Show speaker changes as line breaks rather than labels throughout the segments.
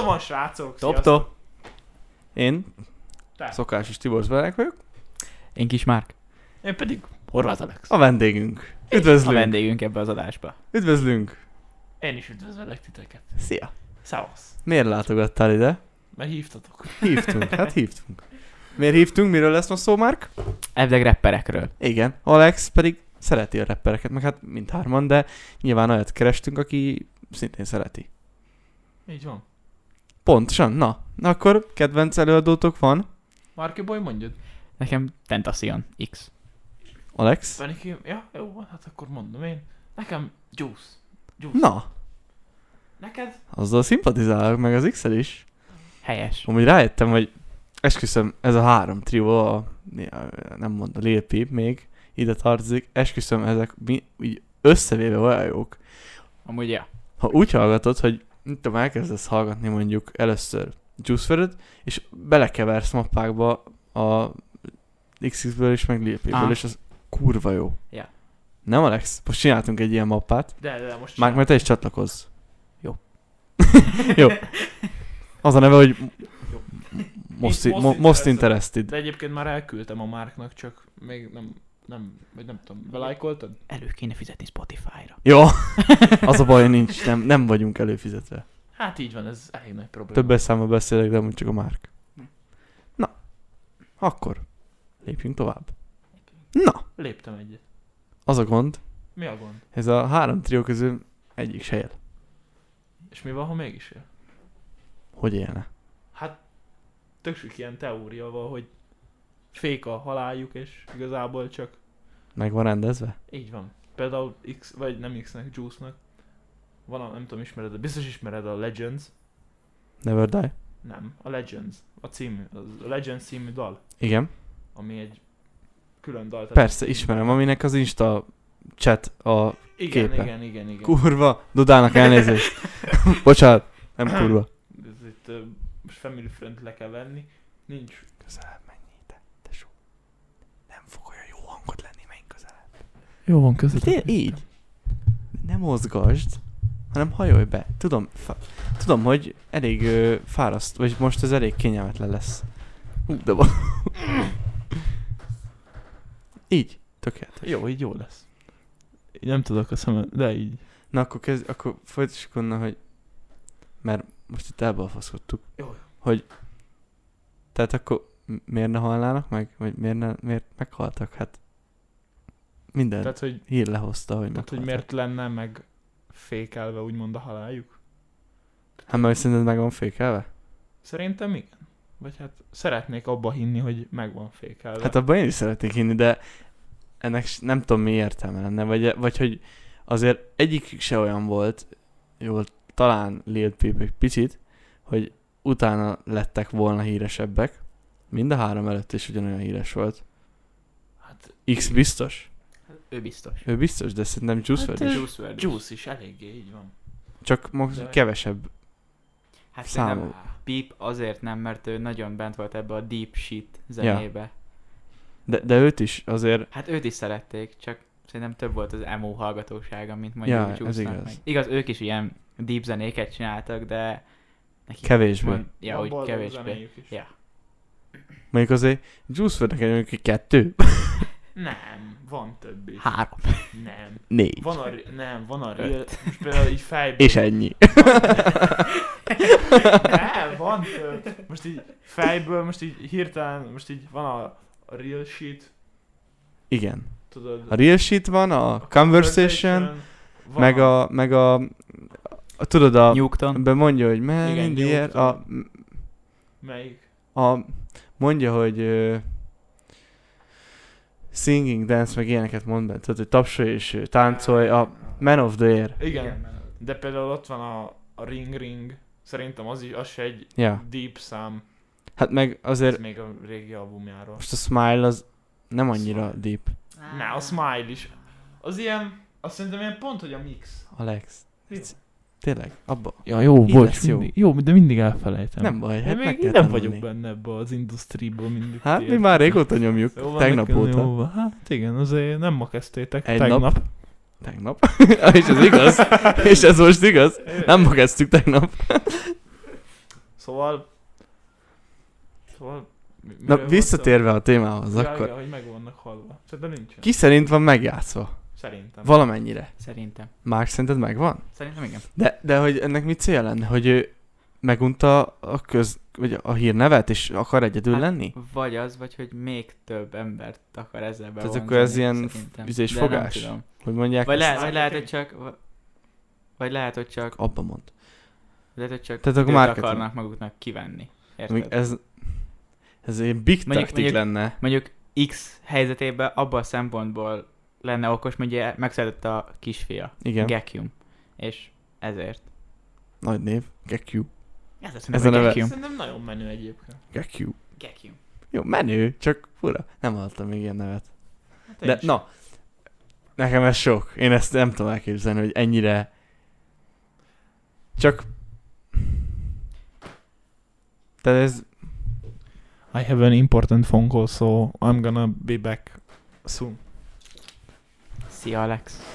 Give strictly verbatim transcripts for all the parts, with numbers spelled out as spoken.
van, srácok!
Top-top!
Én
Te.
szokásos Tibor Zberek vagyok.
Én Kis Márk.
Én pedig Horváth Alex.
A vendégünk.
A
Üdvözlünk.
vendégünk ebbe az adásba.
Üdvözlünk.
Én is üdvözöllek titeket.
Szia.
Szevasz.
Miért látogattál ide?
Mert hívtatok.
Hívtunk, hát hívtunk. Miért hívtunk? Miről lesz ma szó, Márk?
Elvileg rapperekről.
Igen. Alex pedig szereti a rappereket, meg hát mindhárman, de nyilván olyat kerestünk, aki szintén szereti.
Így van.
Pontosan. Na, akkor kedvenc előadótok van?
Marky Boy, mondjad.
Nekem Tentacion X.
Alex?
Beniki, ja, jó van, hát akkor mondom én. Nekem Juice. Juice.
Na,
Neked?
azzal szimpatizálok meg az X-el is.
Helyes.
Amúgy rájöttem, hogy esküszöm, ez a három trió, a, nem mondom, Lil Peep még ide tartozik, esküszöm, ezek mi, így összevéve olyan jók.
Amúgy ja.
Ha úgy hallgatod, hogy mit tudom, elkezdesz hallgatni mondjuk először Juice world, és belekeversz mappákba a iksz iksz-ből is, meg Lil Peep-ből,
Ah.
és az kurva jó.
Ja.
Nem, Alex? Most csináltunk egy ilyen mappát.
De, de, de most
Már majd te is csatlakozz.
Jó.
Jó. Az a neve, hogy
Jó.
most,
Most
mo- most interested.
De egyébként már elküldtem a Márknak, csak még nem, nem, vagy nem tudom, belájkoltad?
Elő kéne fizetni Spotify-ra.
Jó. Az a baj, nincs, nem, nem vagyunk előfizetve.
Hát így van, ez elég nagy probléma.
Többes számmal beszélek, de amúgy csak a Márk. Na, akkor lépjünk tovább. Na,
Léptem egyet.
az a gond,
Mi a gond?
ez a három trió közül egyik se él.
És mi van, ha mégis él?
Hogy élne?
Hát tök sok ilyen teória van, hogy fék a haláljuk, és igazából csak
Meg van rendezve?
így van. Például X, vagy nem X-nek, Juice-nak. Van a, nem tudom, ismered, de biztos ismered a Legends.
Never die?
Nem, a Legends. A című, a Legends című dal,
Igen.
ami egy külön dal. tehát-
Persze, ismerem, aminek az Insta chat a
igen,
képe.
igen, igen, igen.
kurva, Dudának elnézést. Bocsánat, nem kurva.
Ez itt uh, most family friend le kell venni. Nincs.
Közelebb menj ide, tesó. Nem fog olyan jó hangod lenni, menj közelebb.
Jó van, köszönöm.
Té- így. Nem mozgasd, hanem hajolj be. Tudom, fa- tudom, hogy elég ö, fáraszt, vagy most ez elég kényelmetlen lesz. Ú, de van. Így, tökéletes.
Jó, így jó lesz. Így nem tudok a szemed, de így.
Na akkor kezd, akkor folytassuk onnan, hogy mert most itt elbalfaszkodtuk.
Jó, jó.
Hogy tehát akkor m- miért ne halnának meg? Vagy miért, ne, miért meghaltak? Hát minden
Tehát, hogy,
hír lehozta, hogy
tehát, hogy
meghaltak.
miért lenne meg fékelve úgymond a haláljuk?
Hát mert szerinted meg van fékelve?
Szerintem igen. Vagy hát szeretnék abba hinni, hogy meg van fékelve.
Hát abban én is szeretnék hinni, de ennek s- nem tudom mi értelme lenne, vagy, vagy hogy azért egyik se olyan volt, jól talán Lil Peep egy picit, hogy utána lettek volna híresebbek. Mind a három előtt is ugyanolyan híres volt.
Hát,
X biztos?
Ő biztos.
Ő biztos, de szerintem Juice
Hát,
WRLD is.
Juice world.
Juice is eléggé így van.
Csak most
De-
kevesebb.
Hát
Számol.
szerintem Peep azért nem, mert ő nagyon bent volt ebbe a deep shit zenébe.
De, de őt is azért,
Hát őt is szerették, csak szerintem több volt az emo hallgatósága, mint mondjuk
Ja, ez
Juice-nak
igaz.
meg. Igaz, ők is ilyen deep zenéket csináltak, de nekik
Kevésbé.
Mond, ja,
Van
úgy
boldog
kevésbé.
zenéjük is.
Ja.
mondjuk azért Juice WRLD neked egy kettő,
Nem, van több is.
Három.
Nem.
négy.
Van a, nem, van a real, most például így fejből.
És ennyi.
Nem, van több. Most így fejből, most így hirtelen, most így van a, a real shit,
Igen.
tudod.
A real shit van, a conversation,
van
meg a, meg a, a tudod a,
Newton.
be mondja, hogy man
Igen,
in the air, a,
Melyik?
a, mondja, hogy uh, singing, dance, meg ilyeneket mond benne, tudod, hogy tapsolj és ö, táncolj, a Man of the Air.
Igen. De például ott van a, a Ring Ring. Szerintem az is, az se egy
Ja.
deep szám.
Hát meg
Ez
azért,
még a régi albumjáról.
most a Smile az nem annyira
Smile.
deep.
Ne, a Smile is. Az ilyen, azt szerintem ilyen pont, hogy a mix.
Alex.
Jó.
Tényleg, abba.
Ja, jó,
Így
bocs,
lesz jó.
mindig, jó, de mindig elfelejtem.
Nem baj, hát
Én
meg
még
kell
nem
tanulni.
vagyok benne ebbe az industriba mindig.
Hát mi
Érted?
már régóta nyomjuk,
Jó van,
tegnap
nekem
óta.
jó van. Hát igen, azért nem ma kezdtétek,
Egy
tegnap.
nap. Tegnap. És ez igaz. És ez most igaz. Nem ma kezdtük tegnap.
Szóval... Szóval... mi-
Na,
miről
visszatérve a témához,
van szó? Ja,
akkor
igen, hogy meg vannak halva. Szerintem nincsen.
ki szerint van megjátszva?
Szerintem.
Valamennyire.
Szerintem.
Márk, szerinted megvan?
Szerintem igen.
De, de hogy ennek mi cél lenne? Hogy ő megunta a köz... vagy a hírnevet, és akar egyedül
Hát,
lenni?
Vagy az, vagy hogy még több embert akar ezzel bevonzani.
akkor ez ilyen
szerintem.
üzés
De nem
fogás?
tudom.
Hogy mondják
Vagy,
ezt?
lehet, vagy lehet, hogy csak... Vagy lehet, hogy csak...
Abba mond.
Lehet, hogy csak
Tehát akkor
időt
marketing.
akarnak maguknak kivenni.
Még
Érted?
ez... Ez egy big
Mondjuk-
taktik
mondjuk-
lenne.
Mondjuk X helyzetében abban a szempontból lenne okos, hogy ugye megszületett a kisfia.
Igen.
Gekium. És ezért.
Nagy név. Gekyu.
Ez lesz
Ez a neve.
Gekium.
Szerintem nagyon menő egyébként.
Gekyu.
Gekium.
Jó, menő, csak fura. Nem hallottam még ilyen nevet.
Hát
De
én sem.
na, nekem ez sok. Én ezt nem tudom elképzelni, hogy ennyire... Csak... Tehát ez...
I have an important phone call, so I'm gonna be back soon.
Szia, Alex.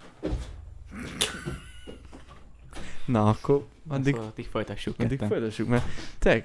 Na, akkor addig,
Szóval addig folytassuk.
addig
ketten.
folytassuk, mert tényleg...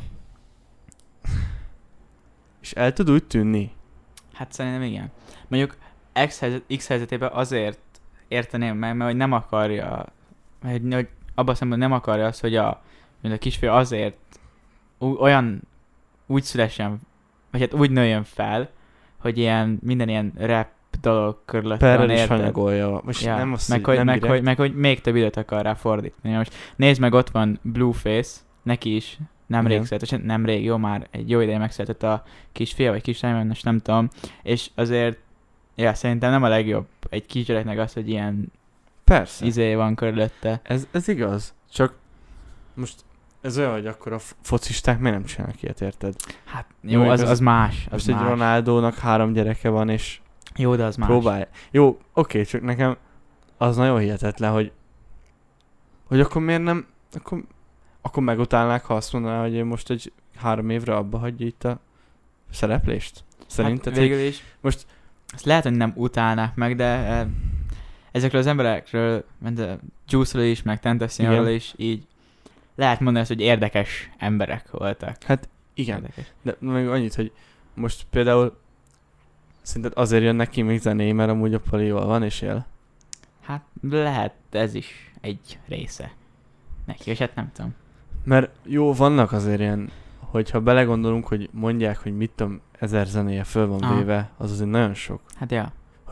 És el tud úgy tűnni?
Hát szerintem igen. Mondjuk X, helyzet, X helyzetében azért érteném meg, mert hogy nem akarja, hogy, hogy abban a szemben nem akarja azt, hogy a, hogy a kisfiú azért ú- olyan úgy szülessen, vagy hát úgy nőjön fel, hogy ilyen minden ilyen rap dolog körülött van,
Perrel is
érted?
hanyagolja. Most
Ja.
nem azt,
meg, hogy,
nem
meg,
direkt.
hogy, meg hogy még több időt akar rá fordítani. Most nézd meg, ott van Blueface, neki is nemrég
Igen.
született, nemrég, jó, már egy jó ideje megszületett a kisfia, vagy kislány, most nem tudom, és azért, ja, szerintem nem a legjobb egy kisgyereknek az, hogy ilyen
Persze.
izé van körülötte.
Ez, ez igaz. Csak most ez olyan, hogy akkor a f- focisták miért nem csinálnak ilyet, érted?
Hát
Jó,
jó, az,
az-
az más, az
Most egy
más.
Ronaldónak három gyereke van, és
Jó, de az más.
próbálja. Jó, oké, csak nekem az nagyon hihetetlen, hogy hogy akkor miért nem, akkor, akkor megutálnák, ha azt mondaná, hogy én most egy három évre abba hagyja itt a szereplést. Szerinted?
Hát
hogy
végül is.
most-
Ezt lehet, hogy nem utálnák meg, de eh, ezekről az emberekről, mint a Juice-ról is, meg Tentacionról
Igen.
is, így lehet mondani azt, hogy érdekes emberek voltak.
Hát igen,
Érdekes.
de még annyit, hogy most például szerinted azért jön neki még zené, mert amúgy a Pali jól van és él.
Hát lehet ez is egy része neki, és hát nem tudom.
Mert jó, vannak azért ilyen, hogyha belegondolunk, hogy mondják, hogy mit tudom, ezer zenéje föl van
Aha.
véve, az azért nagyon sok.
Hát ja.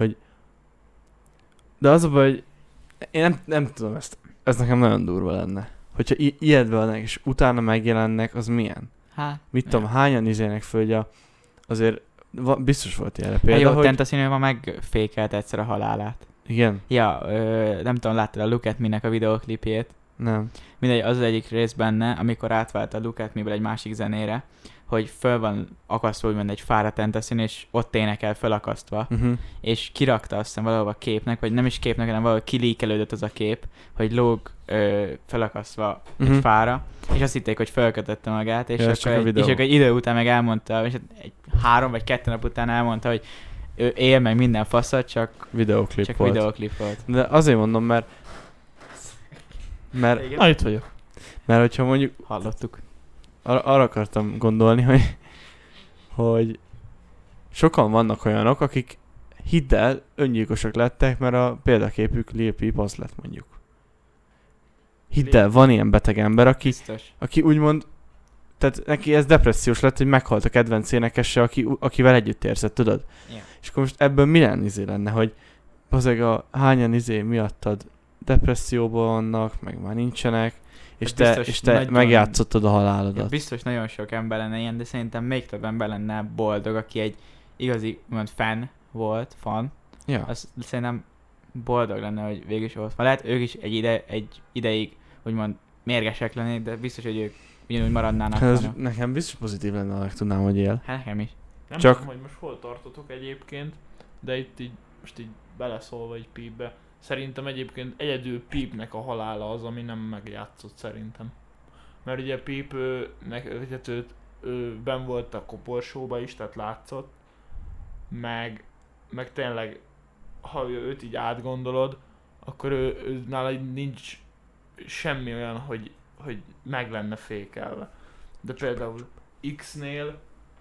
De az a baj, hogy én nem, nem tudom ezt, ez nekem nagyon durva lenne. Hogyha i- ilyet vannak, és utána megjelennek, az milyen?
Hát,
Mit
ja.
tudom, hányan izének föl, hogy a, azért va, biztos volt ilyenre
Hát
példa,
jó,
hogy...
Tentacion ma megfékelt egyszer a halálát.
Igen?
Ja, ö, nem tudom, láttad a Look at Me-nek a videoklipjét.
Nem.
Mindegy, az az egyik rész benne, amikor átvált a Look at Me-ből egy másik zenére, hogy föl van akasztva úgymond egy fára Tentacion, és ott énekel fölakasztva,
Uh-huh.
és kirakta azt hiszem valahol a képnek, vagy nem is képnek, hanem valahol kilíkelődött az a kép, hogy lóg ö, felakasztva
Uh-huh.
egy fára, és azt hitték, hogy fölkötötte magát, és,
Ja, ez csak
akkor
a
egy,
videó.
és akkor egy idő után meg elmondta, és hát egy három vagy kettő nap után elmondta, hogy ő él meg minden faszat, csak,
Videoklip
csak
volt.
videoklip volt.
De azért mondom, mert... Mert,
Na, itt vagyok.
mert hogyha mondjuk
Hallottuk.
ar- arra akartam gondolni, hogy, hogy sokan vannak olyanok, akik hidd el, öngyilkosok lettek, mert a példaképük Lil Peep az lett mondjuk. Hidd el, van ilyen beteg ember, aki,
Biztos.
aki úgymond, tehát neki ez depressziós lett, hogy meghalt a kedvenc énekese, aki, akivel együtt érzett, tudod?
Yeah.
És akkor most ebből milyen izé lenne, hogy bazeg a hányan izé miattad depresszióban vannak, meg már nincsenek, és
Hát
te,
biztos
és te
nagyon-
megjátszottad a
Ja,
halálodat.
biztos nagyon sok ember lenne ilyen, de szerintem még több ember lenne boldog, aki egy igazi mond fan volt, fan.
Ja.
Az szerintem boldog lenne, hogy végül is ott van. Lehet ők is egy, ide, egy ideig úgymond mérgesek lennék, de biztos, hogy ők ugyanúgy maradnának.
Hát ez
fanok.
nekem biztos pozitív lenne, ha meg tudnám, hogy él.
Hát nekem is.
Nem
Csak-
tudom, hogy most hol tartotok egyébként, de itt így, most így beleszólva egy Peepbe. Szerintem egyébként egyedül Peepnek a halála az, ami nem megjátszott szerintem. Mert ugye Peep, ő, nek, hát őt, ő ben volt a koporsóba is, tehát látszott. Meg, meg tényleg, ha őt így átgondolod, akkor ő, ő nála így nincs semmi olyan, hogy, hogy meg lenne fékelve. De például X-nél,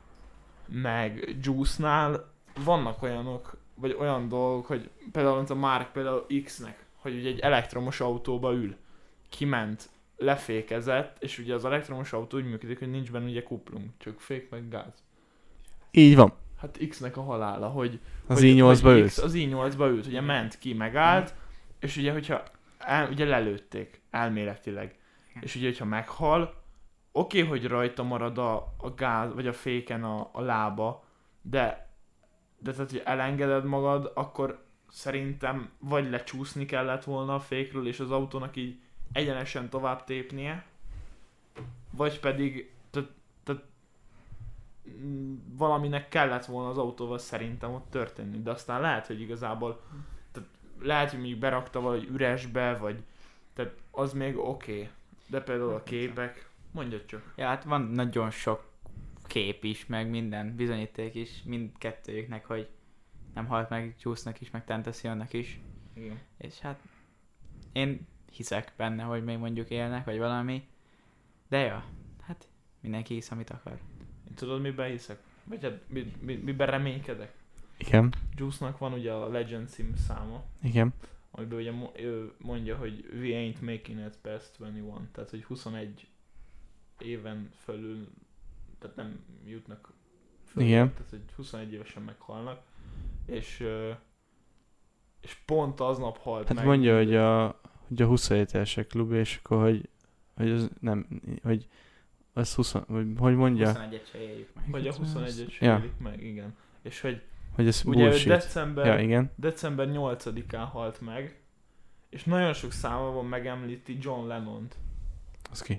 meg Juice-nál vannak olyanok, vagy olyan dolgok, hogy például az a Mark például X-nek, hogy ugye egy elektromos autóba ül, kiment, lefékezett, és ugye az elektromos autó úgy működik, hogy nincs benne ugye kuplung, csak fék meg gáz.
Így van.
Hát X-nek a halála, hogy
Az
hogy,
i nyolcba
hogy
ült.
X az i nyolcba ült, ugye ment ki, megállt, és ugye hogyha el, ugye lelőtték elméletileg, és ugye hogyha meghal, oké, okay, hogy rajta marad a, a gáz, vagy a féken a, a lába, de, de tehát, hogy elengeded magad, akkor szerintem vagy lecsúszni kellett volna a fékről, és az autónak így egyenesen tovább tépnie, vagy pedig tehát, tehát, mm, valaminek kellett volna az autóval szerintem ott történni, de aztán lehet, hogy igazából tehát lehet, hogy mondjuk berakta valahogy üresbe, vagy tehát az még oké, okay. De például a képek, mondjad csak.
Ja, hát van nagyon sok kép is, meg minden bizonyíték is, mindkettőjüknek, hogy nem halt meg Juice-nak is, meg Tentacionnak is.
Igen.
És hát én hiszek benne, hogy még mondjuk élnek, vagy valami. De ja, hát mindenki hisz, amit akar.
Én tudod, miben hiszek? Vagy hát mi, mi, miben reménykedek?
Igen.
Juice-nak van ugye a Legend című száma,
Igen.
amiben ugye mo- ő mondja, hogy we ain't making it past huszonegy, tehát hogy huszonegy éven fölül, tehát nem jutnak fölül,
Igen.
tehát hogy huszonegy évesen meghalnak, és, ö, és pont aznap halt
Hát
meg.
mondja, hogy a, hogy a huszonhét évesek klub, és akkor, hogy, hogy az nem, hogy az húsz, vagy hogy mondja,
huszonegyet se éljük meg.
Vagy a huszonegyet se
Ja.
élik meg, igen. És hogy
hogy ez
ugye ő
bullshit.
december,
Ja, igen.
december nyolcadikán halt meg, és nagyon sok számában megemlíti John Lennont.
Az ki?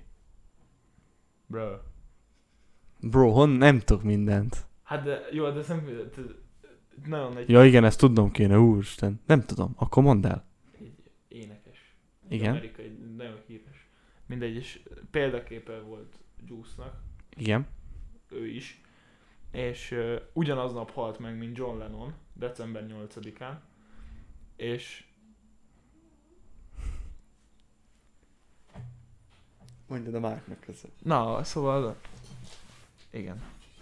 Bro.
Bro, hon nem tudok mindent.
Hát de, jó, de ez nem, de, nagyon nagy
Ja igen, ezt tudnom kéne, úristen. Nem tudom, akkor mondd el.
egy énekes. Egy
Igen.
amerikai, nagyon híres. Mindegy, és példaképe volt Juice-nak,
Igen.
ő is. És uh, ugyanaznap halt meg, mint John Lennon, december nyolcadikán. És
Mondjad a Márknak között.
na, szóval igen.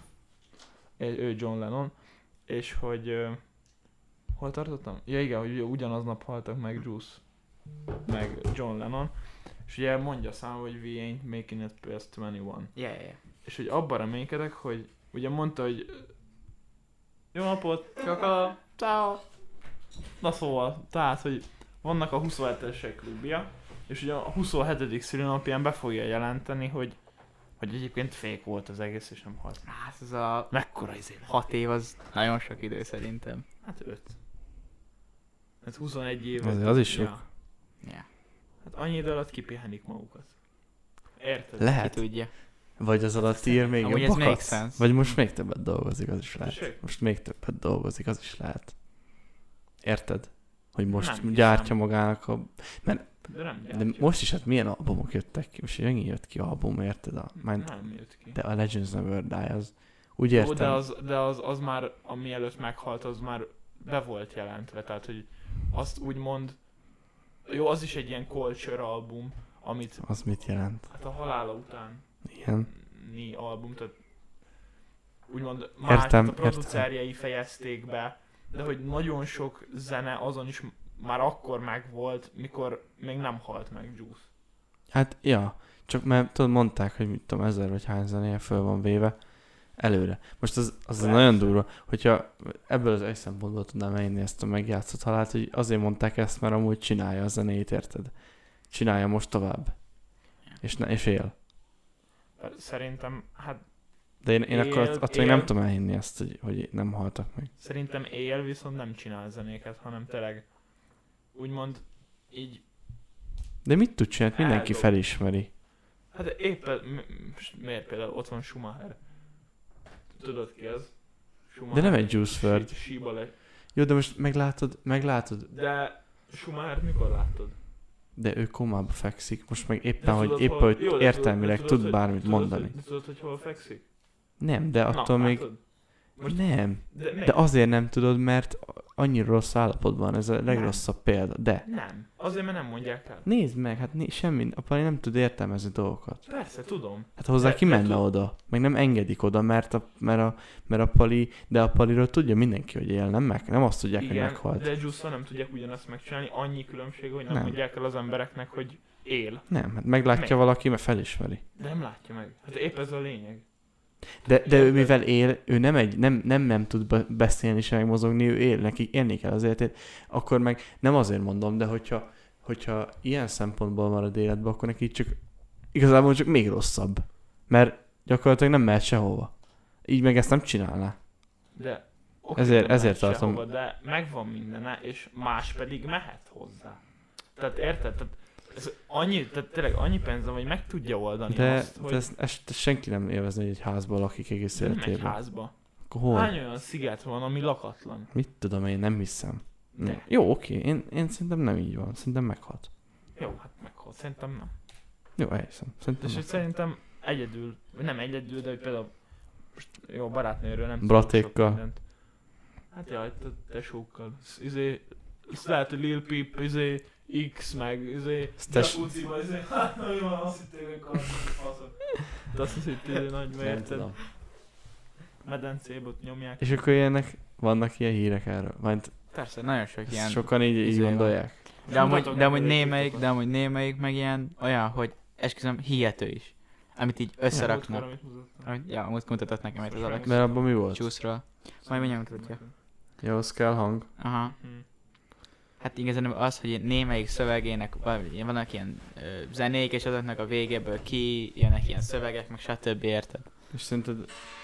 Ő ő John Lennon. És hogy uh, hol tartottam? Ja igen, hogy ugye ugyanaznap haltak meg Juice, meg John Lennon. És ugye mondja számomra, hogy we ain't making it past huszonegy.
Yeah, yeah, yeah.
És hogy abban reménykedek, hogy ugye mondta, hogy jó napot,
Kaka.
ciao. Na szóval, tehát, hogy vannak a huszonhetesek klubja, és ugye a huszonhetedik szülinapján be fogja jelenteni, hogy, hogy egyébként fék volt az egész, és nem halt.
Hát ez a
Mekkora izé?
hat év az nagyon sok idő szerintem.
Hát öt. Ez huszonegy év.
Az, az is sok.
Ja.
Yeah.
Hát annyi idő alatt kipihenik magukat. Érted?
Ki
Lehet.
tudja.
Vagy az alatt ír még
Amúgy ez
jobbakat?
makes sense.
Vagy most még többet dolgozik, az is lehet.
Tessék?
Most még többet dolgozik, az is lehet. Érted? Hogy most
Nem hiszem.
gyártja magának a...
De nem
De
gyártja.
most is hát milyen albumok jöttek ki? Most megint jött ki album, érted? A, mind,
Nem jött ki.
de a Legends Never Die az... Úgy
Jó,
értem.
de az, de az, az már, ami előtt meghalt, az már be volt jelentve, tehát, hogy azt úgymond, jó, az is egy ilyen culture album, amit,
Az mit jelent?
hát a halála után
Igen.
ni album, tehát úgymond már
Értem,
a producerjei fejezték be, de hogy nagyon sok zene azon is már akkor megvolt, mikor még nem halt meg Juice.
Hát, ja. Csak mert tudod, mondták, hogy mit tudom, ezer vagy hány zenéje föl van véve előre. Most az, az
Persze.
nagyon durva, hogyha ebből az egy szempontból tudnám elhinni ezt a megjátszott halált, hogy azért mondták ezt, mert amúgy csinálja a zenét, érted? Csinálja most tovább. És, ne, és él.
Szerintem, hát
De én, én
Él-
akkor att- attól még
él.
nem tudom elhinni ezt, hogy, hogy nem haltak meg.
szerintem él, viszont nem csinál zenéket, hanem tényleg úgymond így.
De mit tud csinálni? Mindenki
Eldob.
felismeri.
Hát éppen, m- most miért például ott van Schumacher? Tudod ki az? Schumacher.
De nem egy Juice world.
Sí- Síba le.
Jó, de most meglátod, meglátod,
De Schumacher mikor láttad?
de ő komába fekszik, most meg
De
éppen, hogy,
tudod,
éppen,
hol-
hogy
jó, de
értelmileg
tudod- de
tud
tudod,
bármit
hogy-
mondani.
Tudod, hogy- tudod, hogy hol fekszik?
Nem, de attól
Na,
még...
látod? Most-
Nem,
De,
de azért nem tudod, mert annyira rossz állapotban, ez a legrosszabb példa, de...
Nem. Azért, mert nem mondják el.
Nézd meg, hát né- semmi, a Pali nem tud értelmezni dolgokat.
Persze, tudom.
Hát hozzá
De-
ki
de
menne
tud-
oda, meg nem engedik oda, mert a, mert a, mert a Pali, de a Paliról tudja mindenki, hogy él, nem, meg, nem azt tudják, hogy
Igen,
meghalt.
de Juice-val nem tudják ugyanazt megcsinálni, annyi különbség, hogy nem,
Nem.
mondják el az embereknek, hogy él.
Nem, hát meglátja
Meg.
valaki, mert felismeri.
De nem látja meg. Hát épp ez a lényeg.
De, de ő mivel él, ő nem, egy, nem, nem, nem tud be- beszélni se megmozogni, ő él, neki élni kell az életét, akkor meg nem azért mondom, de hogyha, hogyha ilyen szempontból marad életben, akkor neki csak igazából csak még rosszabb. Mert gyakorlatilag nem mehet sehova. Így meg ezt nem csinálná.
De oké,
Ezért-
nem
ezért
mehet
tartom.
sehova, de megvan mindene, és más pedig mehet hozzá. Tehát érted? Tehát ez annyi, tehát tényleg annyi pénz, hogy meg tudja oldani
De,
azt, hogy
de ezt, ezt senki nem élvezni, hogy egy házban lakik egész
nem egy
életében.
házba.
Akkor hol?
Hány olyan sziget van, ami lakatlan?
Mit tudom, én nem hiszem.
De.
Jó, oké, én, én szerintem nem így van. Szerintem meghalt.
Jó, hát meghalt. Szerintem nem.
Jó, elhiszem. Szerintem
És hogy
meghalt.
szerintem egyedül, vagy nem egyedül, de hogy például most jó, barátnőről nem
Bratékkal.
tudok sok mindent. Hát jaj, te tesókkal. Sz- Izé, ezt lehet, hogy Lil Peep, izé, X, meg izé,
Ezt tes-
jacuzziba, izé, hát na jó, azt hitték, hogy karnak faszok. De azt hitt, izé, nagy
Nem
mérted,
tudom.
medencébe ott nyomják.
És akkor ilyenek, vannak ilyen hírek erről. Majd
Persze, nagyon sok ilyen.
sokan így, így
izé van.
gondolják.
De amúgy,
Mutatok
de amúgy
neked egy
némelyik,
TikTokot.
de amúgy némelyik meg ilyen olyan, hogy esküszöm hihető is. Amit így összeraknak.
Múltkor, amit mutattam.
Amit, ja, amúgy mutatott nekem itt az Alex
Mert abban mi volt?
csúszról. Majd mindjárt mutatja.
Jó, az kell hang.
Aha.
Hm.
Hát igazán az, hogy némelyik szövegének val- vannak ilyen ö, zenék, és azoknak a végéből ki jönnek ilyen szövegek, meg stb. Érted?
És szerinted...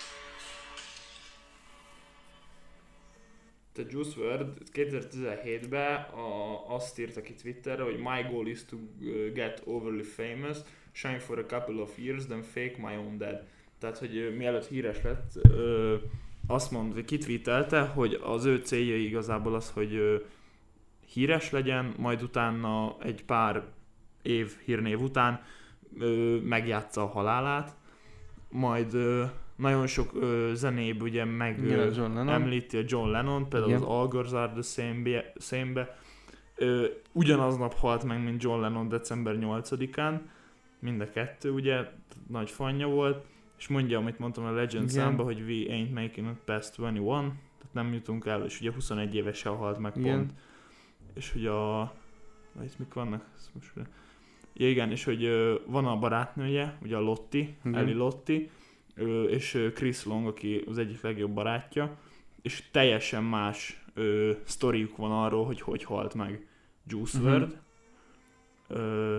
The Juice world kétezer-tizenhétben a, azt írta ki Twitterre, hogy my goal is to uh, get overly famous, shine for a couple of years, then fake my own death. Tehát, hogy uh, mielőtt híres lett, uh, azt mondta, kitweetelte, hogy az ő célja igazából az, hogy uh, híres legyen, majd utána egy pár év hírnév után uh, megjátsza a halálát, majd uh, nagyon sok uh, zenébb ugye meg
Igen, a
uh,
John Lennon.
említi a John Lennon, például
Igen.
az All Girls Are The Same-be, same-be. Ö, ugyanaznap halt meg, mint John Lennon december nyolcadikán, mind a kettő ugye, nagy fanja volt, és mondja, amit mondtam a Legend
Igen.
számba, hogy we ain't making it past huszonkettő, tehát nem jutunk el, és ugye huszonegy évesen halt meg
Igen.
pont. És hogy a... vagy itt mik vannak? Ezt most... Ja igen, és hogy ö, van a barátnője, ugye a Lotti,
Igen.
Ellie Lotti, ö, és ö, Chris Long, aki az egyik legjobb barátja, és teljesen más ö, sztoriuk van arról, hogy hogy halt meg Juice
Mhm.
world. Ö,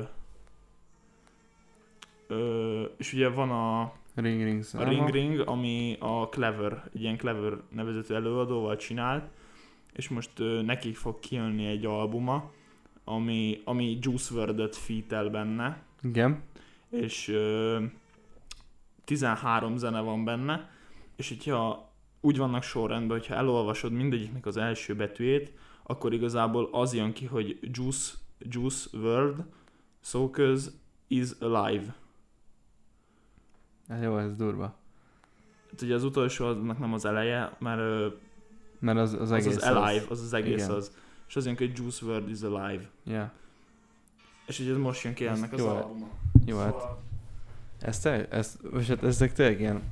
ö, és ugye van a,
Ring Ring
a
száma.
Ring Ring, ami a Clever, egy ilyen Clever nevezetű előadóval csinált, és most ö, neki fog kijönni egy albuma, ami, ami Juice world-et feat-el benne,
Igen.
és ö, tizenhárom zene van benne, és hogyha úgy vannak sorrendben, hogyha elolvasod mindegyiknek az első betűjét, akkor igazából az jön ki, hogy Juice, Juice world, so köz is alive.
Hát jó, ez durva.
Hát ugye az utolsó aznak nem az eleje, mert ö,
Mert az, az
az
egész
az alive, az az egész
Igen.
az. És az jön ki, hogy Juice world is alive.
Yeah.
És ugye ez most jön ki
Ez
ennek az
jó,
albuma.
jó, hát
Szóval-
Ez, te, ez, vagy hát ezek tényleg ilyen...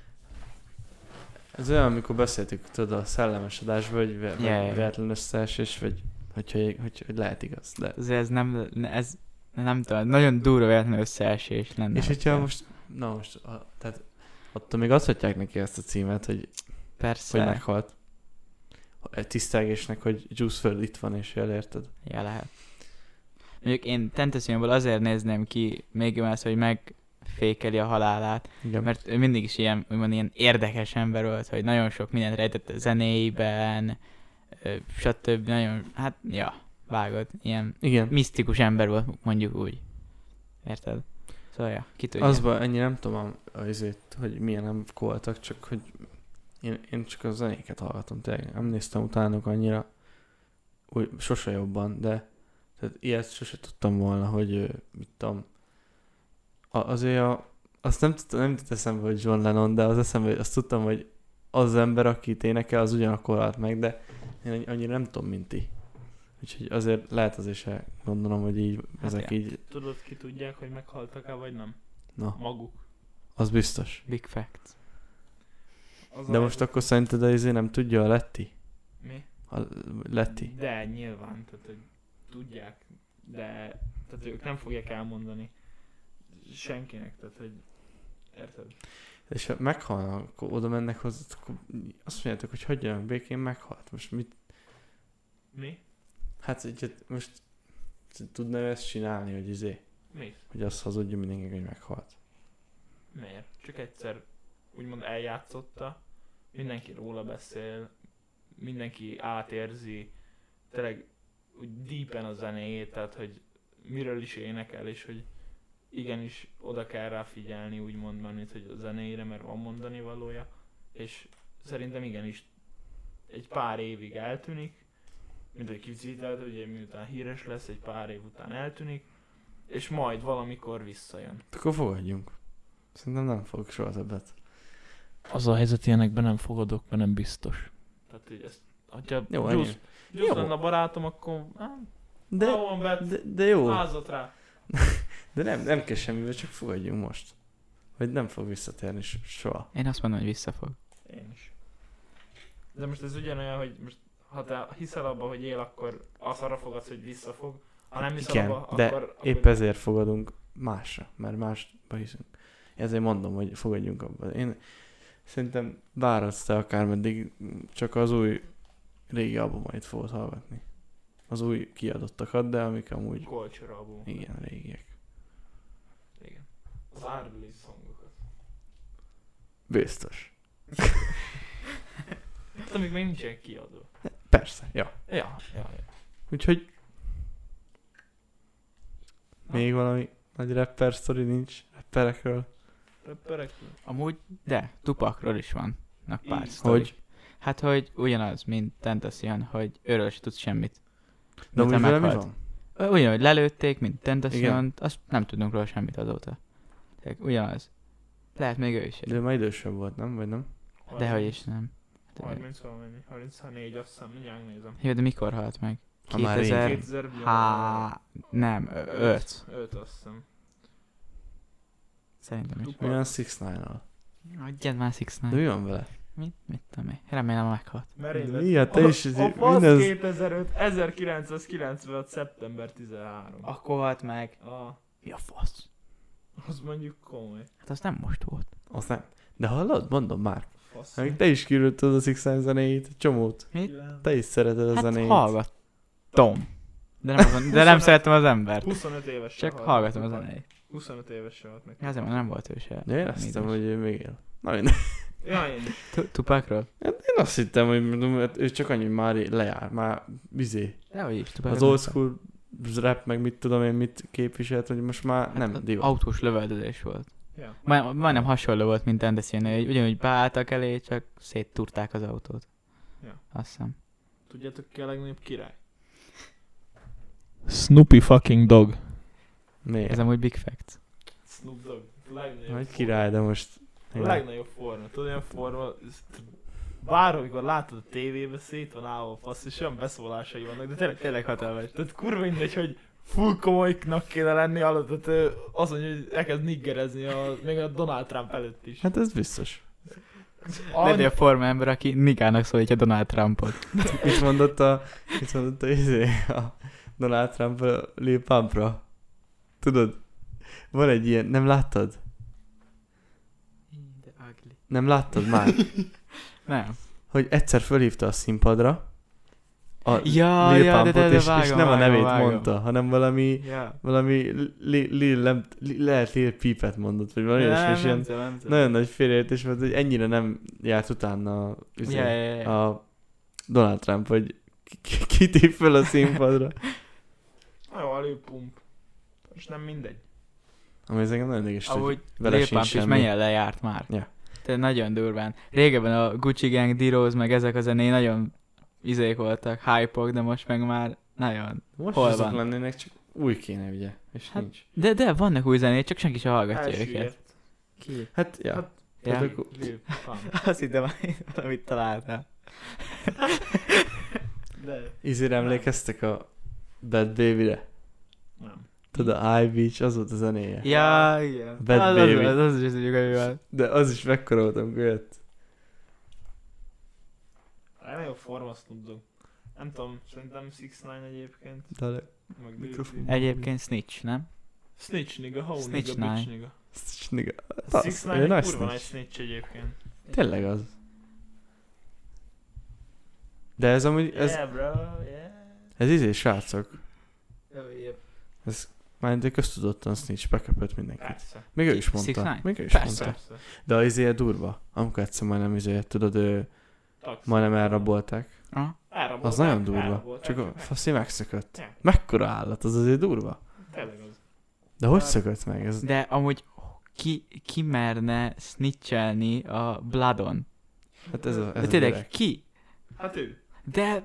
Ez olyan, amikor beszéltük, tudod, a szellemes adásban, hogy ve-
Ja, ja, ja.
véletlen összeesés, vagy hogyha, hogy, hogy lehet igaz, de...
Azért ez nem, ez nem tudom, nagyon durva véletlen összeesés lenne.
És hogyha most, na most, a, tehát attól még adhatják neki ezt a címet, hogy,
Persze,
hogy meghalt. Egy tisztelgésnek, hogy Juice world itt van és elérted.
ja, lehet. Mondjuk én Tentacionból azért nézném ki még jobban ezt, hogy megfékeli a halálát,
Igen.
mert ő mindig is ilyen, úgymond ilyen érdekes ember volt, hogy nagyon sok mindent rejtett a zenéiben, ö, stb. Nagyon, hát, ja, vágod, ilyen
Igen.
misztikus ember volt, mondjuk úgy. Érted? Szóval, ja, ki tudja.
Azban ennyi nem tudom azért, hogy milyen nem voltak, csak hogy én, én csak a zenéket hallgatom, tényleg nem néztem utánuk annyira, úgy, sose jobban, de tehát ilyet sose tudtam volna, hogy ö, mit tudom, a, azért a, azt nem tudtam, nem tudtam eszembe, hogy John Lennon, de az eszembe, azt tudtam, hogy az ember, akit énekel, az ugyanakkor halt meg, de én annyira nem tudom, mint ti. Úgyhogy azért lehet azért se gondolom, hogy így,
Hát
ezek
igen.
így,
Tudod, ki tudják, hogy meghaltak-e, vagy nem?
na,
Maguk.
az biztos.
Big facts.
Az
De
a-
most akkor szerinted a izé nem tudja a Letti?
Mi?
A Letti?
De nyilván, tehát hogy tudják, de tehát ők nem fogják elmondani senkinek, tehát hogy érted?
És ha meghalnak, akkor oda mennek hozzá, akkor azt mondjátok, hogy hagyjanak békén, meghalt. Most mit?
Mi?
Hát hogy most tudna ő ezt csinálni, hogy izé,
Mi?
hogy azt hazudja mindenkinek, hogy meghalt.
Miért? Csak egyszer úgymond eljátszotta, mindenki róla beszél, mindenki átérzi, tényleg úgy deepen a zenéjét, tehát hogy miről is énekel, és hogy igenis oda kell rá figyelni, úgymond mármint, hogy a zenéjére, mert van mondani valója, és szerintem igenis egy pár évig eltűnik, mint hogy kicsit, ugye miután híres lesz, egy pár év után eltűnik, és majd valamikor visszajön.
Akkor fogadjunk. Szerintem nem fog soha többet.
Az a helyzet, ilyenekben nem fogadok, mert nem biztos. Tehát így ezt, hogyha
Jó,
Juice,
ennyi.
Juice
Jó.
lenne a barátom, akkor hát,
De,
van bet,
de, de jó.
házat rá.
De nem, nem kell semmivel, csak fogadjunk most. Hogy nem fog visszatérni so- soha.
Én azt mondom, hogy visszafog.
Én is. De most ez ugyanolyan, hogy most ha te hiszel abba, hogy él, akkor azt arra fogadsz, hogy visszafog. Ha nem hiszel
Igen,
abba,
de
akkor...
épp
akkor...
ezért fogadunk másra, mert másba hiszünk. Ezért mondom, hogy fogadjunk abba. Én szerintem váradsz te akármeddig, csak az új régi albumait fogod hallgatni. Az új kiadottakat, de amik amúgy,
Culture album.
igen, régiek.
Igen. Az unreleased songokat.
Biztos.
Hát amíg még nincsen kiadó.
Persze, ja.
Ja, ja, ja.
Úgyhogy
Na.
még valami nagy rapper sztori nincs rapperekről.
Rapperekről.
Amúgy, de, Tupacról is vannak pár
Így.
sztori.
Hogy?
Hát, hogy ugyanaz, mint Tentacion, hogy őről se tudsz semmit.
De
Miután
amúgy vele mi
meghalt.
van?
Ö, Ugyan, hogy lelőtték, mint
Igen.
Tentacion, azt nem tudunk róla semmit azóta. Tehát ugyanaz. Lehet még ő is.
De ő már idősebb volt, nem? Vagy nem?
Dehogy is nem. De-
harminc valamennyi. harmincnégy azt hiszem, mindjárt nézem.
Jó, de mikor halt meg?
Ha már
kétezer...
régen.
kétezer
Há... Nem, ö- öt.
öt azt hiszem.
Szerintem is.
Tupac.
Olyan six nine-al.
Adjad már six
De
nine.
mi van vele?
Mit, mit tudom én. Remélem meghalt.
Merénylet.
Mi? Hát te is
A,
izé-
a fasz
mindez-
kétezer-öt, ezerkilencszázkilencvenöt. szeptember tizenharmadika.
Akkor halt meg.
A,
Mi a fasz?
az mondjuk komoly.
Hát az nem most volt.
Azt nem. De hallod? Mondom már.
Fasz.
Még te is kiírtad a Six Nine zenéit, csomót.
Mit?
Te is szereted a
Hát
zenéit.
hallgattam. De nem, azon, de nem szerettem az embert.
huszonöt éves.
Csak hallgatom a zenét.
huszonöt éves volt meg.
Azért mondom, nem volt ő se.
De én azt hittem,
Midős.
hogy ő még él. Na minden.
Ja, én is.
Tu- Tupacról?
Hát én azt hittem, hogy mondom, hát ő csak annyi, hogy már lejár, már bizé.
Dehogy is. Tupac
Az old school rap, meg mit tudom én, mit képviselt, hogy most már nem
hát,
divat.
autós lövöldözés volt.
Ja.
Majd, majdnem hasonló volt, mint Tentacion-nél. Ugyanúgy beálltak elé, csak széttúrták az autót.
Ja.
Azt hiszem.
Tudjátok ki a legnagyobb király? Snoopy fucking dog.
Miért?
Ez amúgy Big Facts.
Snoop Dogg. Legnagyobb
Nagy
forma.
király, de most...
A legnagyobb forma. Tudod, ilyen forma... ez- Bármikor látod a tévébe, szét van állva a fasz, és olyan beszólásai vannak, de tényleg, tényleg hatalmas. Tehát kurva mindegy, hogy full komolynak kéne lenni, alatt, tehát ő azt mondja, hogy elkezd niggerezni a, még a Donald Trump előtt is.
Hát ez biztos.
Lenni a forma ember, aki Nigának szólítja Donald Trumpot.
Mit mondott a... Mit mondott a izé? A Donald Trump a Lil Pumpra? Tudod? Van egy ilyen... Nem láttad? Nem láttad már?
Nem.
Hogy egyszer fölhívta a színpadra a
Ja,
Lil
ja, de,
Pumpot,
de, de,
és,
vágom,
és nem a
vágom,
nevét
vágom.
mondta, hanem valami,
Ja.
valami li, li, nem, li, lehet Lil Peepet mondott, vagy valami
Nem,
ilyesmi, és
nem,
ilyen
tudom, nem tudom.
nagyon nagy félreértés volt, hogy ennyire nem járt utána a,
Ja, ja, ja.
a Donald Trump, hogy ki- ki- kitép föl a színpadra.
Na jó, a Lil Pump. Most nem mindegy.
Ami ez engem nagyon érdekes, hogy
Ahogy
vele
Lil
sincs
Pump is
semmi.
mennyire lejárt már.
Ja.
Tehát nagyon durván. Régebben a Gucci Gang, D-Rose, meg ezek a zené nagyon izék voltak, hype-ok, de most meg már nagyon.
Most
hol
azok
van?
lennének, csak új kéne, ugye? És
Hát,
nincs.
De, de vannak új zenék, csak senki sem hallgatja őket.
Elsüllyedt.
Ki?
Hát, ja.
Hát,
Ja.
Hát akkor-
Lil Pump.
Azt hittem, hogy valamit találtál.
De
Izére emlékeztek a Bad Baby-re?
nem.
Tudod, a I Beach, az volt a zenéje.
Ja, igen.
Bad
az,
Baby.
Az, az, az is tudjuk, hogy van.
De az is mekkora volt, amikor jött.
Hát nagyon forma Snoop Dogg. Nem tudom, szerintem hat kilenc egyébként.
Dale.
Meg
Mikrofon.
Lil Peep.
Egyébként Snitch, nem?
Snitch nigga, how
Snitch
nigga, bitch
nine.
nigga.
Sniga.
hat
Az, ő
kilenc
nagy
egy kurva nagy
snitch.
snitch egyébként.
Tényleg az. De ez amúgy, ez,
Yeah bro, yeah.
ez izé, srácok.
Oh, yep.
Ez már egy köztudottan snitch, beköpött mindenkit.
Persze.
Még ő
Ki?
is mondta.
Six nine?
Még ő is
Persze.
mondta.
Persze.
De az izé durva. Amikor egyszer majdnem izé, tudod, ő,
Taxi.
majdnem elrabolták.
Aha.
Elrabolták,
Az nagyon durva.
elrabolták,
Csak a
meg-
faszi megszökött.
Ja.
Mekkora állat, az azért durva.
Tényleg az.
De hogy
Hát-
szökött meg? Ez...
De amúgy ki, ki merne snitchelni a Bloodon?
Hát ez a, ez
De
a
tényleg,
gyerek.
ki?
Hát ő.
De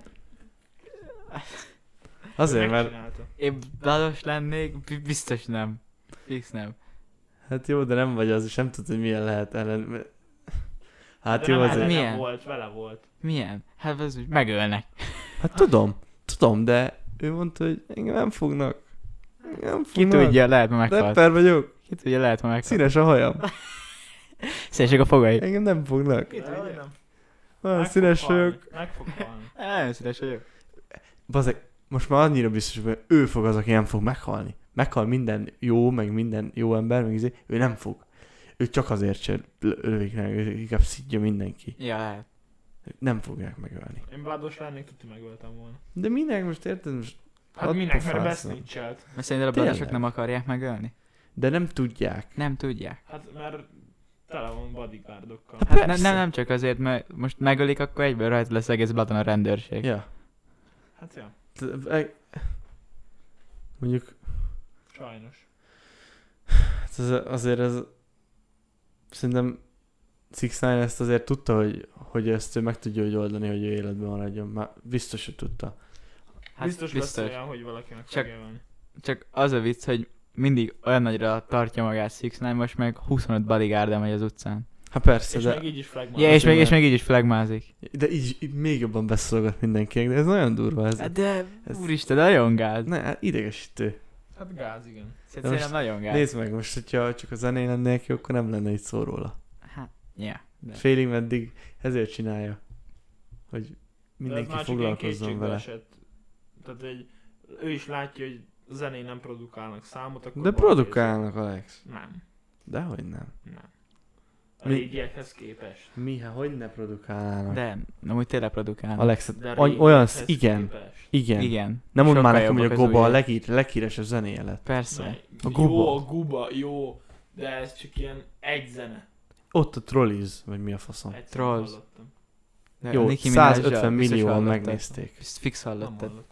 Azért,
Ő
mert
megcsinálta.
én Bloodos lennék, bi- biztos nem. Fix nem.
hát jó, de nem vagy az, és nem tudod, hogy milyen lehet ellen. Hát
De
jó,
nem
azért.
ellene
Milyen?
volt, vele volt.
Milyen? Hát az úgy megölnek.
Hát tudom, tudom, de ő mondta, hogy engem nem fognak. Engem nem
Ki
fognak.
tudja, lehet ma meghalt.
Rapper vagyok,
Ki tudja, lehet ma meghalt.
színes a hajam.
Szélesek a fogai.
Engem nem fognak.
Ki tudja, hogy nem.
Olyan
Meg fog
színes
halni,
vagyok.
Meg fog halni.
Nagyon színes vagyok.
Bazeg, most már annyira biztos, hogy ő fog az, aki nem fog meghalni. Meghal minden jó, meg minden jó ember, meg izé, ő nem fog. Ő csak azért se lövik meg, ő inkább szidja mindenki.
Ja, lehet.
Nem fogják megölni.
Én Blados lennék, tuti megöltem volna.
De minek most érted? Most
Hát
Hadd
minek, mert
pofázzon.
beszniccselt.
Mert szerinted a
Tényleg?
Bloodosok nem akarják megölni?
De nem tudják.
Nem tudják.
Hát mert tele van bodyguardokkal.
Hát ne,
Persze.
nem, nem csak azért, mert most megölik, akkor egyből rajta lesz egész Bloodon a rendőrség.
Ja.
Hát ja,
T- e- Mondjuk,
sajnos.
hát az, azért ez... Szerintem hat kilenc ezt azért tudta, hogy, hogy ezt ő meg tudja úgy oldani, hogy ő életben maradjon. Már biztos, hogy tudta.
Hát biztos, biztos lesz olyan, hogy valakinek
Csak-
fogja ölni.
Csak az a vicc, hogy mindig olyan nagyra tartja magát hat kilenc, most meg huszonöt bodyguard megy az utcán.
Hát persze,
És
de,
meg így is flagman.
Ja, és
azért
még, és
már-
még így is flagmázik.
de így, így még jobban beszólogat mindenkinek, de ez nagyon durva. Ez,
Hát de,
ez-
úristen, nagyon gáz.
ne, hát idegesítő.
Hát gáz, igen.
Szerintem
most
nagyon gáz.
Nézd meg, most, hogyha csak a zenén lennék ki, akkor nem lenne itt szó róla.
Hát, yeah. De.
Félig meddig ezért csinálja, hogy
De ez
mindenki
már csak ilyen
foglalkozzon
kétségbe
vele.
esett. Tehát egy, ő is látja, hogy zenén nem produkálnak számot, akkor
De
bal
produkálnak, Alex.
kézzel. Nem,
Dehogy nem.
nem. A
Mi-
régiekhez képest.
Mi, hát hogy ne produkálnának?
De, amúgy tényleg produkálnak.
Alex,
De
any-
régiekhez
olyan, sz- igen,
képest.
igen.
Igen.
Nem mondd már
Sokkal
nekem, hogy a
jobbak az
Goba a
újak.
legír, leghíresebb zenéje lett.
Persze.
Ne,
A
jó,
guba.
a guba, jó, de ez csak ilyen egy zene.
Ott a Trollies, vagy mi a faszom.
Egyszer
Trolls.
hallottam.
De
Jó,
Nicki Minaj-jal
százötven
biztos
millióan
hallottad.
megnézték.
Ezt fix
Nem
hallottad.
hallottam.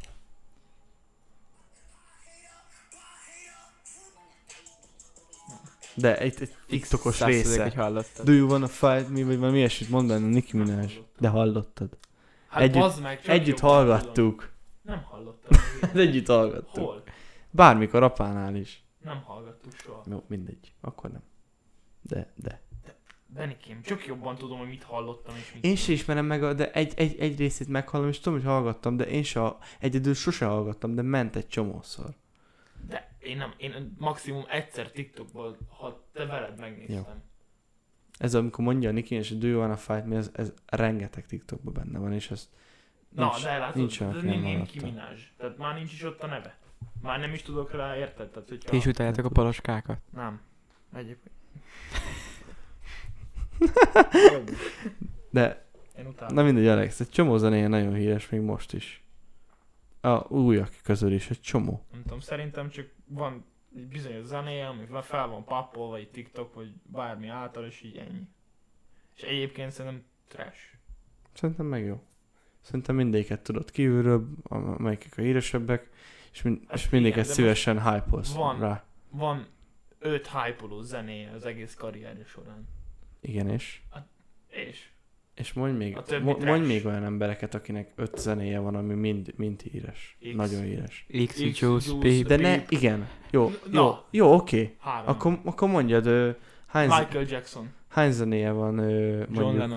De egy, egy TikTokos
Száz százalék,
része.
hogy hallottad.
Do you wanna fight me, vagy valami ilyesmit mond benne Nicki
Nem
Minaj.
hallottam.
De hallottad.
Hát
Együtt-
bazd meg, csak
Együtt
jobban tudom.
hallgattuk.
Nem hallottam.
De együtt hallgattuk.
Hol?
Bármikor apánál is.
Nem hallgattuk soha.
Jó, mindegy. Akkor nem. De, de.
Benikém, csak jobban tudom, hogy mit hallottam és mit
Én
nem.
se ismerem meg, a, de egy, egy, egy részét meghallom, és tudom, hogy hallgattam, de én se, egyedül sose hallgattam, de ment egy csomószor.
De én nem, én maximum egyszer TikTokból, ha te veled megnéztem.
Jó. Ez amikor mondja a Nicki, és a Do you wanna fight me, ez, ez rengeteg TikTokban benne van, és ez
Na,
nincs,
de látod,
nincs olyan,
ez
aki nem
Nicki
hallotta.
Minaj. Tehát már nincs is ott a neve. Már nem is tudok rá, érted? Tehát, hogyha...
Ti is utáljátok a paloskákat?
Nem. Egyébként.
De,
Én utálom.
na mindegy, Alex, egy csomó zenéje nagyon híres, még most is. A újak közül is, egy csomó.
Nem tudom, szerintem csak van egy bizonyos zenéje, ami fel van pappolva, vagy TikTok, vagy bármi által, és így ennyi. És egyébként szerintem trash.
Szerintem meg jó. Szerintem mindéket tudod kívülről, amelyikek a híresebbek, és, mind,
Hát
és mindéket
igen, de
szívesen hype-olsz
van-
rá.
Van öt hype-oló zenéje az egész karrierje során.
Igen, és?
És?
És mondj még,
A többi
mo-
trash.
mondj még olyan embereket, akinek öt zenéje van, ami mind, mind híres.
X.
Nagyon híres.
X,
X,
Juice,
Juice,
P.
De ne,
Beep.
igen. Jó,
Na.
jó, jó, oké.
Három.
Akkor, akkor mondjad, ö, hány, z-
Michael Jackson,
hány zenéje van, ö,
John
mondjuk,
Lennon,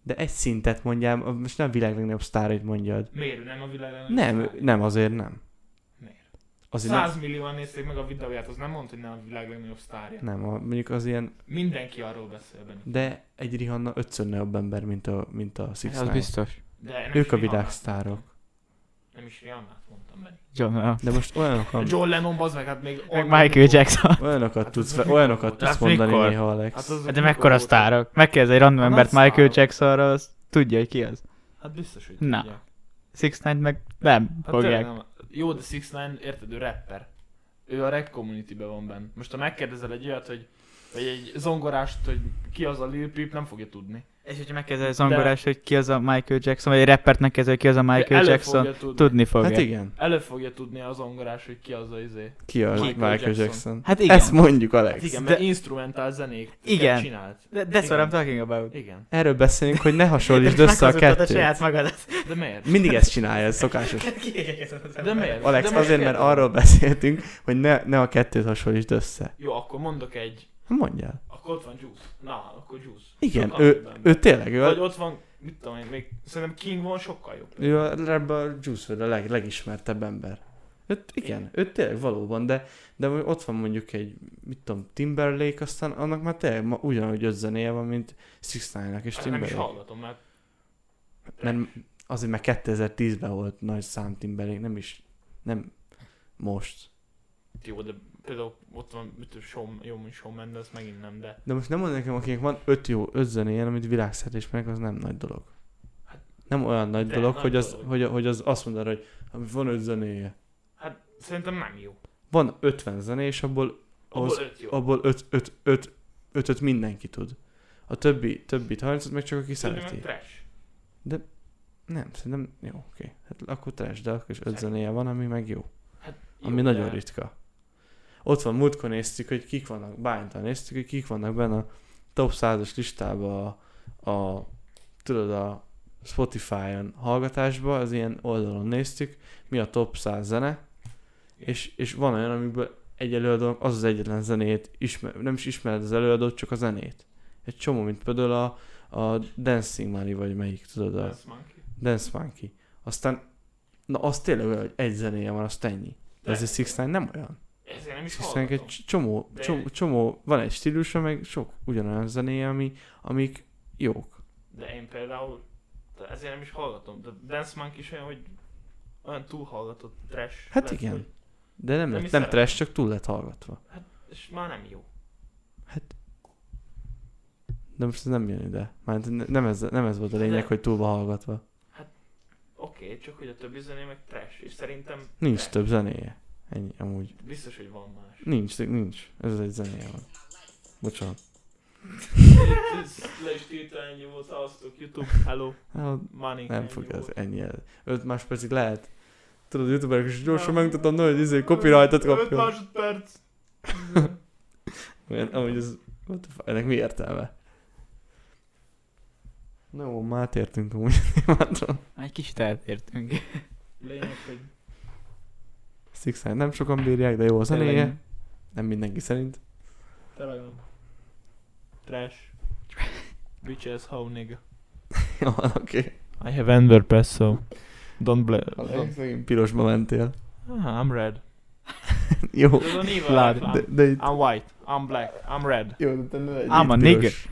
De egy szintet mondjál, most nem a világ legnagyobb sztárait mondjad.
Miért? Nem a világ legnagyobb
Nem,
sztárja?
nem, azért nem.
Miért?
Azért nem,
száz millióan nézték meg a videóját, az nem mondta, hogy nem a világ legnagyobb sztárja.
nem, a, mondjuk az ilyen,
Mindenki arról beszél benne.
de egy Rihanna ötször nagyobb ember, mint a, mint a Six
Az
Nine.
biztos.
De nem
Ők
is
a
Rihannát
világsztárok.
mondtam. Nem is Rihannát mondtam benne.
John Lennon.
De most olyanokat,
John Lennon, bazd meg, hát még...
Meg
onnan
Michael
mikor-
Jackson.
olyanokat
Hát
tudsz,
az
fe-
mikor
olyanokat
volt?
tudsz
Hát
mondani
mikor?
néha, Alex.
Hát az
De
mikor
mekkora
volt?
sztárok? Megkérdez egy random
Hát
embert
nagy
Michael
sztárok.
Jacksonra, az tudja, hogy ki az.
Hát biztos, hogy
Na.
tudják.
Six Nine meg nem
Hát tényleg
fogják.
nem. Jó, de Six Nine, érted, ő rapper. Ő a rap community-ben van benne. Most ha megkérdezel egy olyat, hogy vagy egy zongorást, hogy ki az a Lil Peep, nem fogja tudni.
És hogyha megkezd egy zongorás, hogy ki az a Michael Jackson, vagy egy rappert megkezd, hogy ki az a
De
Michael
elő
Jackson,
fogja tudni.
tudni fogja.
Hát igen.
Elő fogja tudni a zongorás, hogy ki az a izé.
Ki a
Ki?
Michael
Jackson.
Jackson?
Hát igen.
Ezt mondjuk, Alex.
Hát igen,
De-
mert instrumentál zenék
Igen.
csinált.
De, that's what
Igen.
I'm talking about.
Igen.
Erről beszélünk, hogy ne hasonlítsd
De
össze a
meghazudtad
kettőt.
saját magadat.
De miért?
Mindig ezt csinálja, ez szokásos.
De miért?
Alex,
De most
azért, mert
kérdezem.
arról beszéltünk, hogy ne, ne a kettőt hasonlítsd össze.
Jó, akkor mondok egy.
Mondjál.
Akkor ott van Juice. Na, akkor Juice.
Igen,
Sokkal
ő,
jobb ember.
ő tényleg, ő
Vagy
a,
ott van, mit tudom én, még szerintem King von sokkal jobb.
ő a, ebben a Juice WRLD a leg, legismertebb ember. Őt, igen, ő tényleg valóban, de, de ott van mondjuk egy, mit tudom, Timberlake, aztán annak már tényleg ma, ugyanúgy öt zenéje van, mint Six Nine-nak és
Hát nem is
Timberlake.
hallgatom, mert
Mert azért már kétezer-tízben volt nagy szám Timberlake, nem is, nem most.
jó, de például ott van, mit tudom, show, jó, mint Showman, de ez megint nem, de
De most nem mondom nekem, akinek van öt jó, öt zenéje, amit világszerte ismernek, az nem nagy dolog.
Hát,
Nem olyan nagy
de
dolog,
nagy
hogy, az,
dolog.
hogy, hogy az azt mondod, hogy van öt zenéje.
hát szerintem nem jó.
Van ötven zené, és abból,
Abból
az,
öt jó.
abból öt, öt, öt, ötöt mindenki tud. A többi, többit harmincot meg csak aki
Többi
szereti.
meg trash.
Nem, szerintem jó, oké. Hát akkor trash, de akkor is öt
Szerintem.
zenéje van, ami meg jó.
Hát,
Ami
jó,
nagyon
de-
ritka. Ott van, múltkor néztük, hogy kik vannak, bánytal néztük, hogy kik vannak benne a top százas listában a, a tudod, a Spotify-on hallgatásban, az ilyen oldalon néztük, mi a top száz zene, és, és van olyan, amiből egy előadónak az az egyetlen zenét, ismer, nem is ismered az előadót, csak a zenét. Egy csomó, mint például a, a Dancing Money, vagy melyik, tudod, a
Dance Monkey.
Dance Monkey. Aztán, na az tényleg olyan, hogy egy zenéje van, azt ennyi. De
De-
ez egy Six Nine nem olyan.
Ezért nem is
Six Nine egy
hallgatom.
cs- csomó,
De-
csomó, csomó, van egy stílusa, meg sok ugyanolyan zenéje, ami, amik jók.
De én például, de ezért nem is hallgatom. De Dance Monkey is olyan, hogy olyan túlhallgatott trash.
Hát
lett,
igen.
hogy-
De nem,
Nem
lett,
is
nem
szeretem.
trash, csak túl lett hallgatva.
És már nem jó.
De most ez nem jön ide. Már nem ez, nem ez volt a lényeg,
De-
hogy túl van hallgatva.
Oké, okay, csak hogy a többi zené meg trash. És szerintem
Nincs
trash.
több zenéje. Ennyi, amúgy.
Biztos, hogy van más.
Nincs, nincs. Ez egy zenéje van. Bocsánat.
Ez le is tiltva, ennyi volt, szavaztok, YouTube, hello,
Hát,
money.
nem
ennyi
fog ez
volt.
ennyi el. öt másodpercig lehet. Tudod, a youtuberek is gyorsan megmutatom, hogy izé copyrightot
öt
kapjon.
másodperc.
Olyan, amúgy ez, what the fuck, ennek mi értelme? No, már átértünk amúgy a témától.
Egy kicsit eltértünk.
Lényeg, hogy
Six Nine nem sokan bírják, de jó a
Tényleg.
zenéje. Nem mindenki szerint.
tényleg nem. Trash. Bitches, how nigga.
Jó, oké. Okay.
I have Enver Pass, so don't blame.
Alex, megint pirosba mentél.
Ah, I'm red.
Jó.
There's an evil
Blood.
life,
De,
I'm,
de itt...
I'm white, I'm black, I'm red.
Jó, de te ne legyél
I'm a
piros.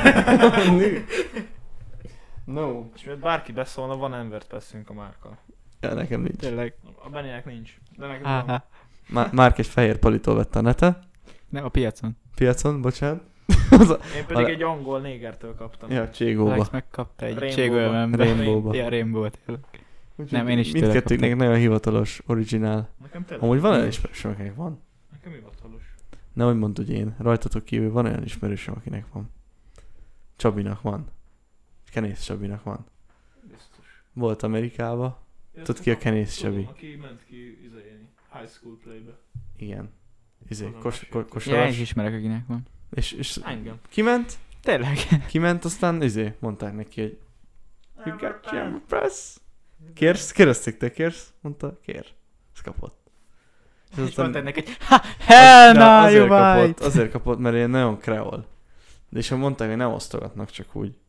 No.
És miért bárki beszólna, van Enver Passünk a Márkkal.
Ja, nekem nincs.
Tényleg.
A Bennynek nincs. De nekem
Há,
van.
há.
Má- Márk egy fehér palitól vette a nete.
Nem, a piacon.
Piacon, bocsánat. Az a...
Én pedig
Ale-
egy angol négertől kaptam.
Ja, Cségóba.
Alex megkapta egy
Rainbow-ba.
cségölmembe.
Rainbow-ba.
Ja, Rainbow tényleg.
Úgyhogy
Nem, én is tőle
mindkettőknek
kaptam.
nagyon hivatalos, originál.
Nekem tényleg.
Amúgy van olyan ismerősöm, akinek van.
Nekem hivatalos.
Nehogy mondd, hogy én. Rajtatok kívül van olyan ismerősöm, akinek van. Csabinak van. Kenész Csabinak van.
Biztos.
Volt Amerikába.
Ja,
Tudod ki a Kenész
tudom,
Csabi?
Aki ment ki izélni. High school playbe.
Igen. Izé,
Tudom,
kos,
mesélték.
ko,
Ja, én
kosaras.
is ismerek, akinek van.
És, és
Engem.
kiment,
Tényleg.
kiment, aztán izé, mondták neki, hogy you got your press. Kérsz? Kérdezték, te kérsz? Mondta, kér. Ezt kapott. És
És mondtad neki, hogy ha, hell
de
no,
azért
you
kapott,
white.
azért kapott, mert ilyen nagyon kreol. De és mondták, hogy nem osztogatnak, csak úgy.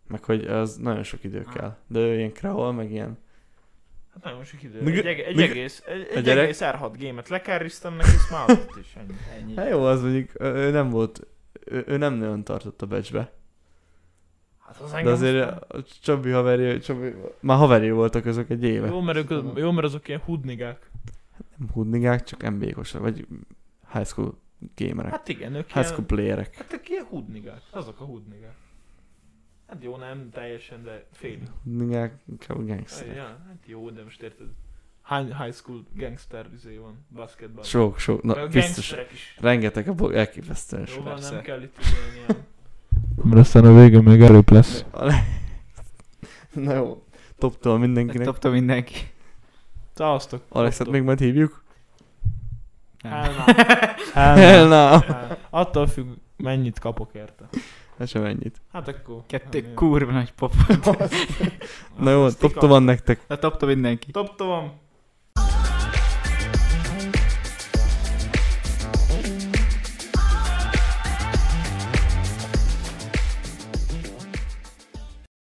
Meg hogy az nagyon sok idő kell. De ő ilyen kreol, meg ilyen...
Hát nagyon sok idő.
Neg-
Egy, eg- egy
neg-
egész, egy,
a
egy
gyerek-
egész er hat gémet lekerriztem neki, és már adott is ennyi.
Ennyi.
Hát jó, az mondjuk, ő ő nem volt... Ő, ő nem nagyon tartott a becsbe.
Hát az
De
engem
azért
aztán-
a Csabi haverja, Csabi... Már haverja voltak azok egy éve.
Jó, mert, ők, jó, mert azok ilyen hudnigák.
Nem hudnigák, csak en bé á-kosok, vagy high school gamerek.
Hát igen, ők
High
ilyen,
school playerek.
hát ők ilyen hudnigák. Azok a hudnigák. Hát jó, nem teljesen, de félig.
Hudnigák, inkább gangsterek.
Ja, hát jó, de most érted. Hány high school gangster izé van, basketball.
Sok, sok,
Meg
na
a
biztos.
gangsterek is.
Rengeteg a bog, elképesztően
Jó
sok.
van,
persze.
nem kell itt izélni ilyen.
Mert aztán a végén még erőbb lesz.
Na jó, toptól mindenkinek.
Topta mindenki.
Szavaztok.
Alexet még majd hívjuk?
Hát,
Hell no.
attól függ, mennyit kapok érte.
Ez sem ennyit.
Hát akkor...
Kettő kurva nagy popot.
Na jó,
Azt
topta van nektek.
Na topta mindenki.
Toptom.